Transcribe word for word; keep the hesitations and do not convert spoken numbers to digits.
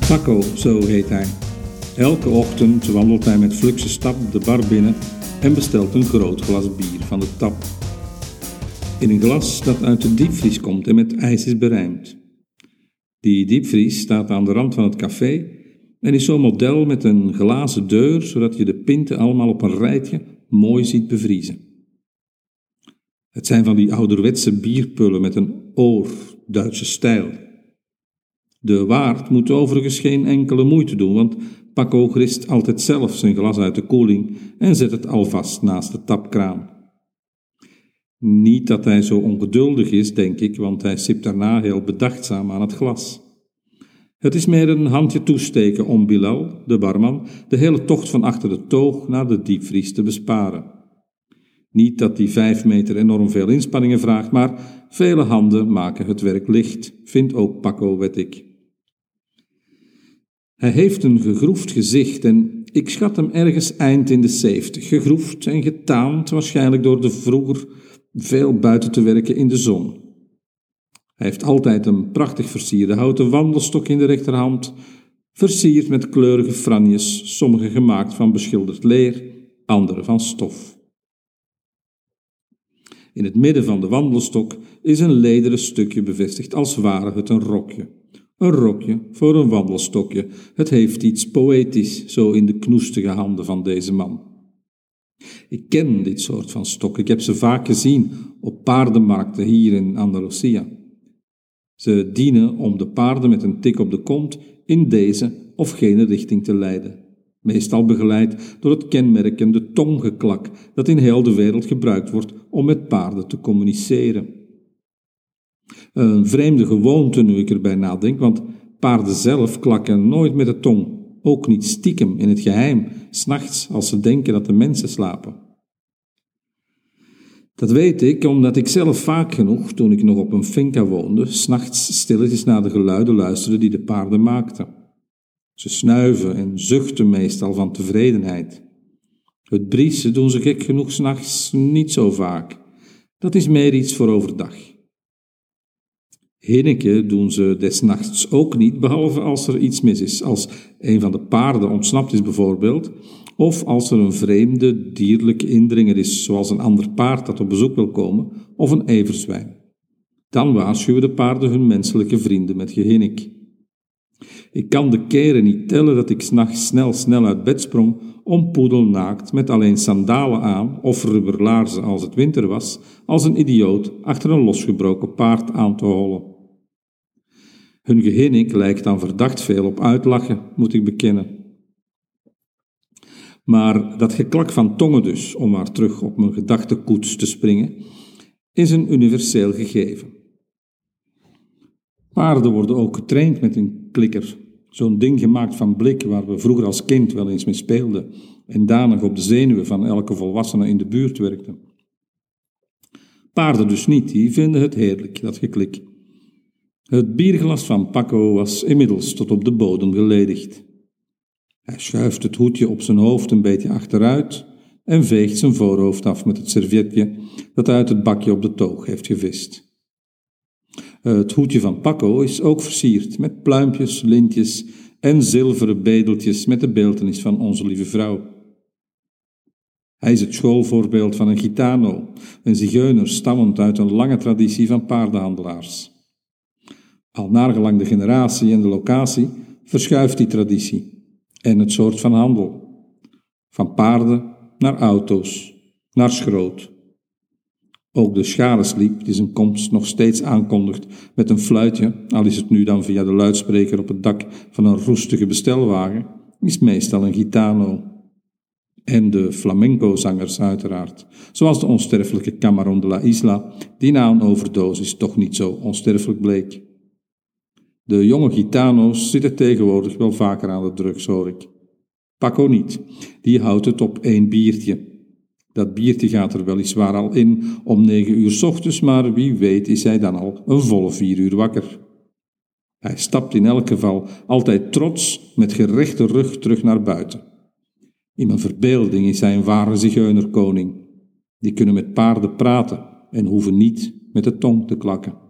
Paco, zo heet hij. Elke ochtend wandelt hij met fluxe stap de bar binnen en bestelt een groot glas bier van de tap. In een glas dat uit de diepvries komt en met ijs is berijmd. Die diepvries staat aan de rand van het café en is zo'n model met een glazen deur, zodat je de pinten allemaal op een rijtje mooi ziet bevriezen. Het zijn van die ouderwetse bierpullen met een oor, Duitse stijl. De waard moet overigens geen enkele moeite doen, want Paco grist altijd zelf zijn glas uit de koeling en zet het alvast naast de tapkraan. Niet dat hij zo ongeduldig is, denk ik, want hij sipt daarna heel bedachtzaam aan het glas. Het is meer een handje toesteken om Bilal, de barman, de hele tocht van achter de toog naar de diepvries te besparen. Niet dat die vijf meter enorm veel inspanningen vraagt, maar vele handen maken het werk licht, vindt ook Paco, weet ik. Hij heeft een gegroefd gezicht en ik schat hem ergens eind in de zeventig, gegroefd en getaand, waarschijnlijk door de vroeger veel buiten te werken in de zon. Hij heeft altijd een prachtig versierde houten wandelstok in de rechterhand, versierd met kleurige franjes, sommige gemaakt van beschilderd leer, andere van stof. In het midden van de wandelstok is een lederen stukje bevestigd, als ware het een rokje. Een rokje voor een wandelstokje. Het heeft iets poëtisch, zo in de knoestige handen van deze man. Ik ken dit soort van stokken. Ik heb ze vaak gezien op paardenmarkten hier in Andalusia. Ze dienen om de paarden met een tik op de kont in deze of gene richting te leiden. Meestal begeleid door het kenmerkende tonggeklak dat in heel de wereld gebruikt wordt om met paarden te communiceren. Een vreemde gewoonte nu ik erbij nadenk, want paarden zelf klakken nooit met de tong, ook niet stiekem in het geheim, 's nachts als ze denken dat de mensen slapen. Dat weet ik omdat ik zelf vaak genoeg, toen ik nog op een finca woonde, 's nachts stilletjes naar de geluiden luisterde die de paarden maakten. Ze snuiven en zuchten meestal van tevredenheid. Het briezen doen ze gek genoeg 's nachts niet zo vaak. Dat is meer iets voor overdag. Hinniken doen ze des nachts ook niet, behalve als er iets mis is, als een van de paarden ontsnapt is bijvoorbeeld, of als er een vreemde dierlijke indringer is, zoals een ander paard dat op bezoek wil komen, of een everzwijn. Dan waarschuwen de paarden hun menselijke vrienden met gehinnik. Ik kan de keren niet tellen dat ik 's nachts snel snel uit bed sprong om poedelnaakt met alleen sandalen aan of rubberlaarzen als het winter was, als een idioot achter een losgebroken paard aan te hollen. Hun gehinnik lijkt dan verdacht veel op uitlachen, moet ik bekennen. Maar dat geklak van tongen dus, om maar terug op mijn gedachtekoets te springen, is een universeel gegeven. Paarden worden ook getraind met een klikker, zo'n ding gemaakt van blik waar we vroeger als kind wel eens mee speelden en danig op de zenuwen van elke volwassene in de buurt werkten. Paarden dus niet, die vinden het heerlijk, dat geklik. Het bierglas van Paco was inmiddels tot op de bodem geledigd. Hij schuift het hoedje op zijn hoofd een beetje achteruit en veegt zijn voorhoofd af met het servietje dat uit het bakje op de toog heeft gevist. Het hoedje van Paco is ook versierd met pluimpjes, lintjes en zilveren bedeltjes met de beeltenis van Onze Lieve Vrouw. Hij is het schoolvoorbeeld van een gitano, een zigeuner stammend uit een lange traditie van paardenhandelaars. Al naargelang de generatie en de locatie verschuift die traditie en het soort van handel. Van paarden naar auto's, naar schroot. Ook de scharensliep, die zijn komst nog steeds aankondigt met een fluitje, al is het nu dan via de luidspreker op het dak van een roestige bestelwagen, is meestal een gitano. En de flamenco-zangers uiteraard, zoals de onsterfelijke Camarón de la Isla, die na een overdosis toch niet zo onsterfelijk bleek. De jonge gitano's zitten tegenwoordig wel vaker aan de drugs, hoor ik. Paco niet, die houdt het op één biertje. Dat biertje gaat er weliswaar al in om negen uur 's ochtends, maar wie weet is hij dan al een volle vier uur wakker. Hij stapt in elk geval altijd trots met gerechte rug terug naar buiten. In mijn verbeelding is hij een ware zigeunerkoning. Die kunnen met paarden praten en hoeven niet met de tong te klakken.